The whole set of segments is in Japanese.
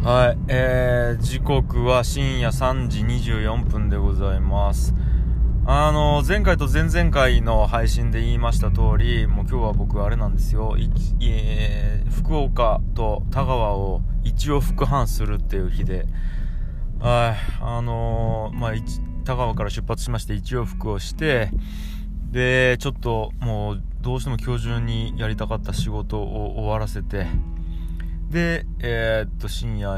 はい、時刻は深夜3時24分でございます。前回と前々回の配信で言いました通り、もう今日は僕あれなんですよ、福岡と田川を一往復半するっていう日で、田川から出発しまして一往復をして、でちょっともうどうしても今日中にやりたかった仕事を終わらせて、で深夜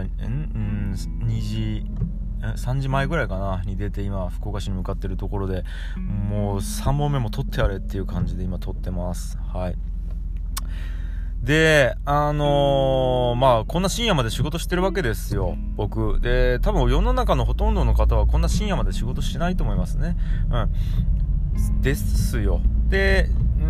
3時前ぐらいかなに出て、今福岡市に向かってるところで、もう3本目も撮ってやれっていう感じで今撮ってます。はい。でこんな深夜まで仕事してるわけですよ、僕で。多分世の中のほとんどの方はこんな深夜まで仕事しないと思いますね。ですよ。で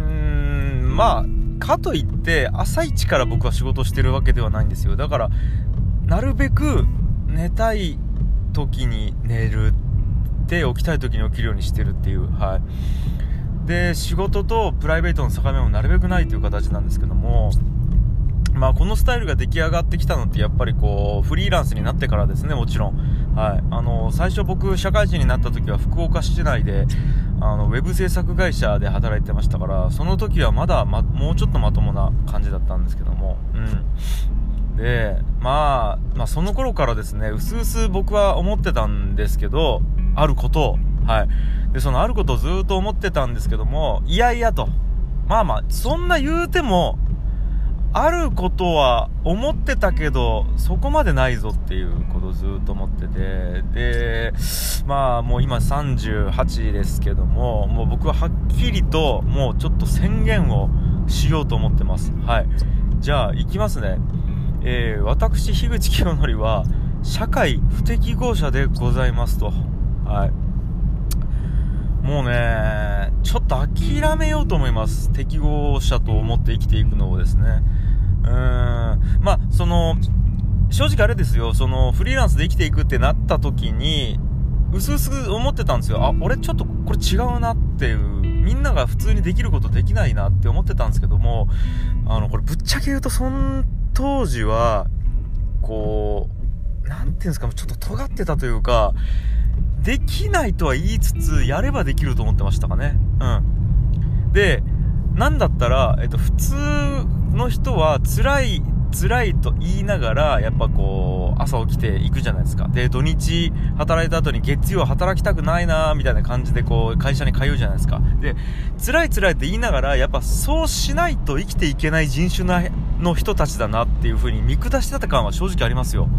かといって朝一から僕は仕事してるわけではないんですよ。だからなるべく寝たい時に寝るで、起きたい時に起きるようにしてるっていう。はい。で仕事とプライベートの境目もなるべくないという形なんですけども、このスタイルが出来上がってきたのってやっぱりこうフリーランスになってからですね。もちろん、はい、最初僕社会人になった時は福岡市内でウェブ制作会社で働いてましたから、その時はまだ、もうちょっとまともな感じだったんですけども、でその頃からですね、うすうす僕は思ってたんですけど、あることを、はい、でそのあることをずっと思ってたんですけども、いやいやと、そんな言うてもあることは思ってたけどそこまでないぞっていうことをずっと思ってて、でもう今38ですけども、もう僕ははっきりともうちょっと宣言をしようと思ってます。はい。じゃあ行きますね。私樋口清則は社会不適合者でございますと。はい。もうねちょっと諦めようと思います。適合者と思って生きていくのをですね。正直あれですよ、そのフリーランスで生きていくってなった時にうすうす思ってたんですよ。俺ちょっとこれ違うなっていう、みんなが普通にできることできないなって思ってたんですけども、これぶっちゃけ言うとその当時はこうなんていうんですか、ちょっと尖ってたというか、できないとは言いつつやればできると思ってましたかね。でなんだったら、普通の人は辛いと言いながらやっぱこう朝起きていくじゃないですか。で土日働いた後に月曜働きたくないなみたいな感じでこう会社に通うじゃないですか。で辛いって言いながらやっぱそうしないと生きていけない人種の人たちだなっていう風に見下してた感は正直ありますよ。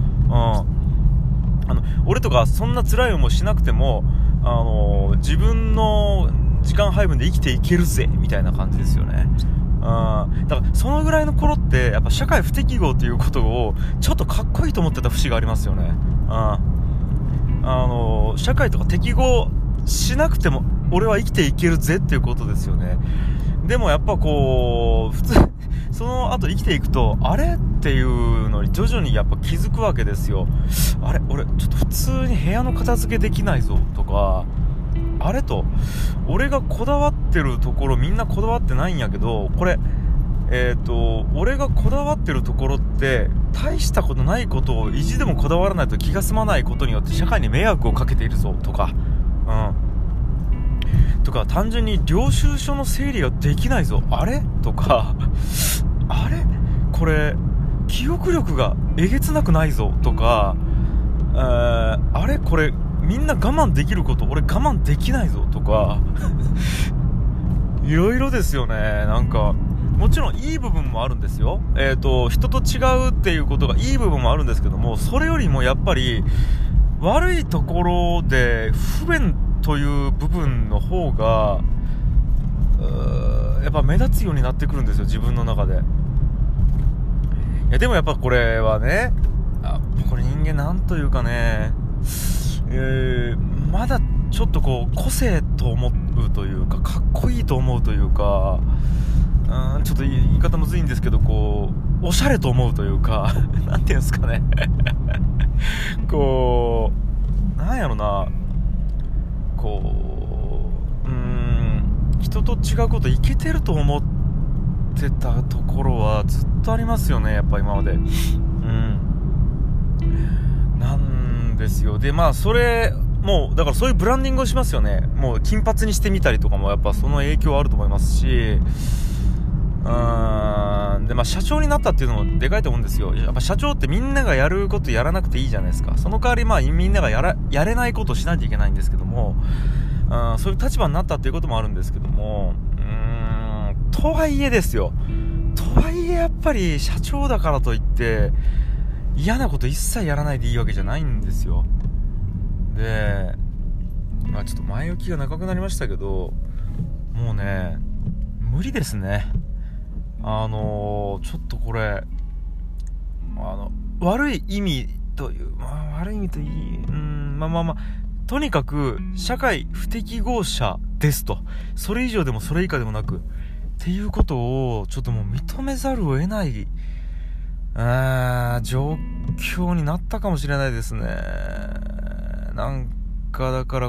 俺とかそんな辛い思いしなくても自分の時間配分で生きていけるぜみたいな感じですよね。だからそのぐらいの頃ってやっぱ社会不適合ということをちょっとかっこいいと思ってた節がありますよね。社会とか適合しなくても俺は生きていけるぜっていうことですよね。でもやっぱこう普通その後生きていくとあれっていうのに徐々にやっぱ気づくわけですよ。あれ俺ちょっと普通に部屋の片付けできないぞとか、あれと俺がこだわってるところみんなこだわってないんやけど、これ俺がこだわってるところって大したことないことを意地でもこだわらないと気が済まないことによって社会に迷惑をかけているぞとか、単純に領収書の整理ができないぞあれとかあれこれ記憶力がえげつなくないぞとか、あれこれみんな我慢できること俺我慢できないぞとかいろいろですよね。なんかもちろんいい部分もあるんですよ。人と違うっていうことがいい部分もあるんですけども、それよりもやっぱり悪いところで不便という部分の方がやっぱ目立つようになってくるんですよ、自分の中で。いやでもやっぱこれはね、これ人間なんというかね、まだちょっとこう個性と思うというか、かっこいいと思うというか、ちょっと言い方むずいんですけど、こうおしゃれと思うというかなんていうんですかねこうなんやろな、こう人と違うこといけてると思ってたところはずっとありますよね、やっぱ今まで。 なんですよ。でそれもうだからそういうブランディングをしますよね。もう金髪にしてみたりとかもやっぱその影響はあると思いますし、で社長になったっていうのもでかいと思うんですよ。やっぱ社長ってみんながやることやらなくていいじゃないですか。その代わりみんながやれないことをしないといけないんですけども、そういう立場になったっていうこともあるんですけども、とはいえですよ。とはいえやっぱり社長だからといって嫌なこと一切やらないでいいわけじゃないんですよ。で、ちょっと前置きが長くなりましたけど、もうね無理ですね。ちょっとこれ悪い意味という、悪い意味といい、とにかく社会不適合者ですと、それ以上でもそれ以下でもなくっていうことをちょっともう認めざるを得ない状況になったかもしれないですね。なんかだから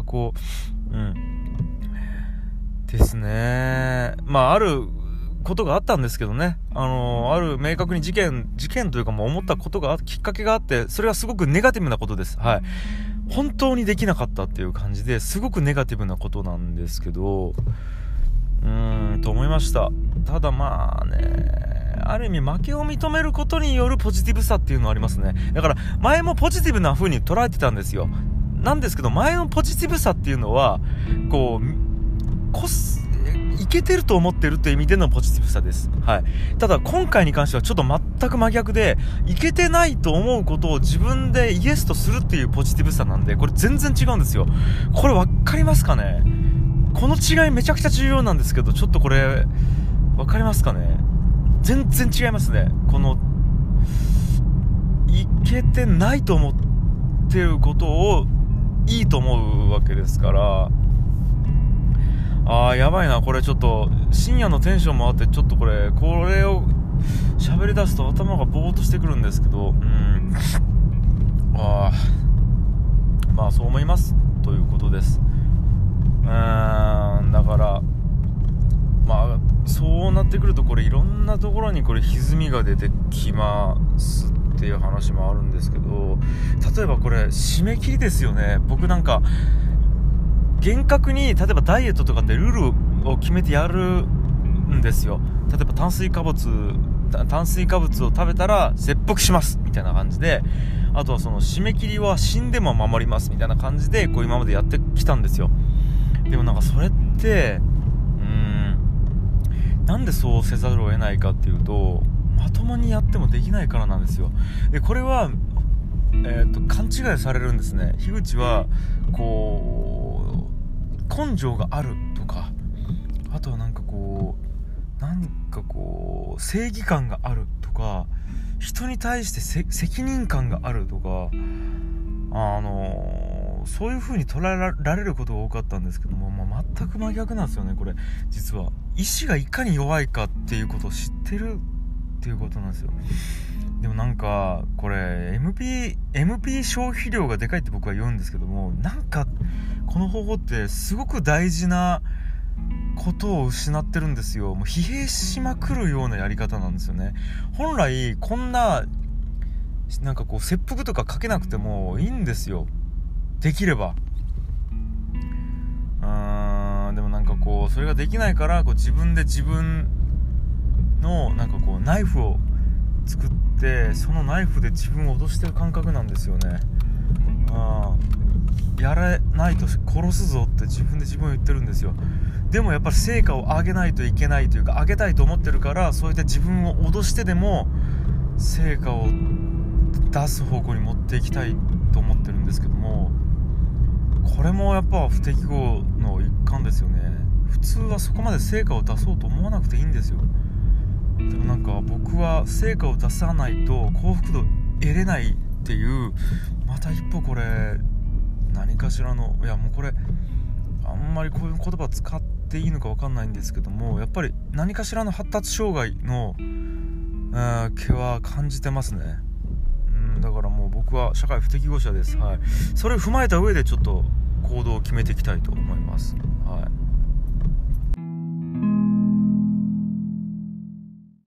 ですね。あることがあったんですけどね。ある明確に事件というか思ったことがきっかけがあって、それはすごくネガティブなことです。はい。本当にできなかったっていう感じですごくネガティブなことなんですけど、と思いました。ただある意味負けを認めることによるポジティブさっていうのはありますね。だから前もポジティブな風に捉えてたんですよ。なんですけど前のポジティブさっていうのはいけてると思ってるという意味でのポジティブさです。はい。ただ今回に関してはちょっと全く真逆で、いけてないと思うことを自分でイエスとするっていうポジティブさなんで、これ全然違うんですよ。これ分かりますかね？この違いめちゃくちゃ重要なんですけど、ちょっとこれ分かりますかね？全然違いますね。いけてないと思ってることをいいと思うわけですから、やばいな、これちょっと深夜のテンションもあって、ちょっとこれを喋り出すと頭がボーっとしてくるんですけど、そう思いますということです。だからそうなってくると、これいろんなところに歪みが出てきますっていう話もあるんですけど、例えばこれ締め切りですよね。僕なんか厳格に、例えばダイエットとかってルールを決めてやるんですよ。例えば炭水化物を食べたら切腹しますみたいな感じで、あとはその締め切りは死んでも守りますみたいな感じで今までやってきたんですよ。でもそれってなんでそうせざるを得ないかっていうと、まともにやってもできないからなんですよ。でこれは、勘違いされるんですね。樋口は根性があるとか、あとは正義感があるとか、人に対して責任感があるとか、そういう風に捉えられることが多かったんですけども、全く真逆なんですよね。これ実は意志がいかに弱いかっていうことを知ってるっていうことなんですよ。でもこれ MP 消費量がでかいって僕は言うんですけども、この方法ってすごく大事なことを失ってるんですよ。もう疲弊しまくるようなやり方なんですよね。本来こんな切腹とかかけなくてもいいんですよ、できれば。でもそれができないから、自分で自分のナイフを作って、そのナイフで自分を脅してる感覚なんですよね。やらないと殺すぞって自分で自分を言ってるんですよ。でもやっぱり成果を上げないといけないというか、上げたいと思ってるから、そういった自分を脅してでも成果を出す方向に持っていきたいと思ってるんですけども、これもやっぱ不適合の一環ですよね。普通はそこまで成果を出そうと思わなくていいんですよ。でも僕は成果を出さないと幸福度得れないっていう、また一歩これ何かしらの、もうこれあんまりこういう言葉使っていいのか分かんないんですけども、やっぱり何かしらの発達障害の毛は感じてますね。だからもう僕は社会不適合者です。はい。それを踏まえた上でちょっと行動を決めていきたいと思います。